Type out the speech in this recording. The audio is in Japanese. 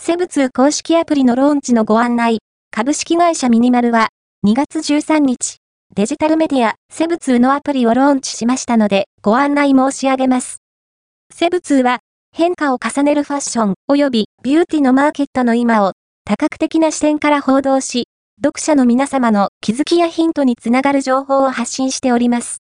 セブツー公式アプリのローンチのご案内、株式会社ミニマルは、2月13日、デジタルメディア、セブツーのアプリをローンチしましたので、ご案内申し上げます。セブツーは、変化を重ねるファッション及びビューティのマーケットの今を多角的な視点から報道し、読者の皆様の気づきやヒントにつながる情報を発信しております。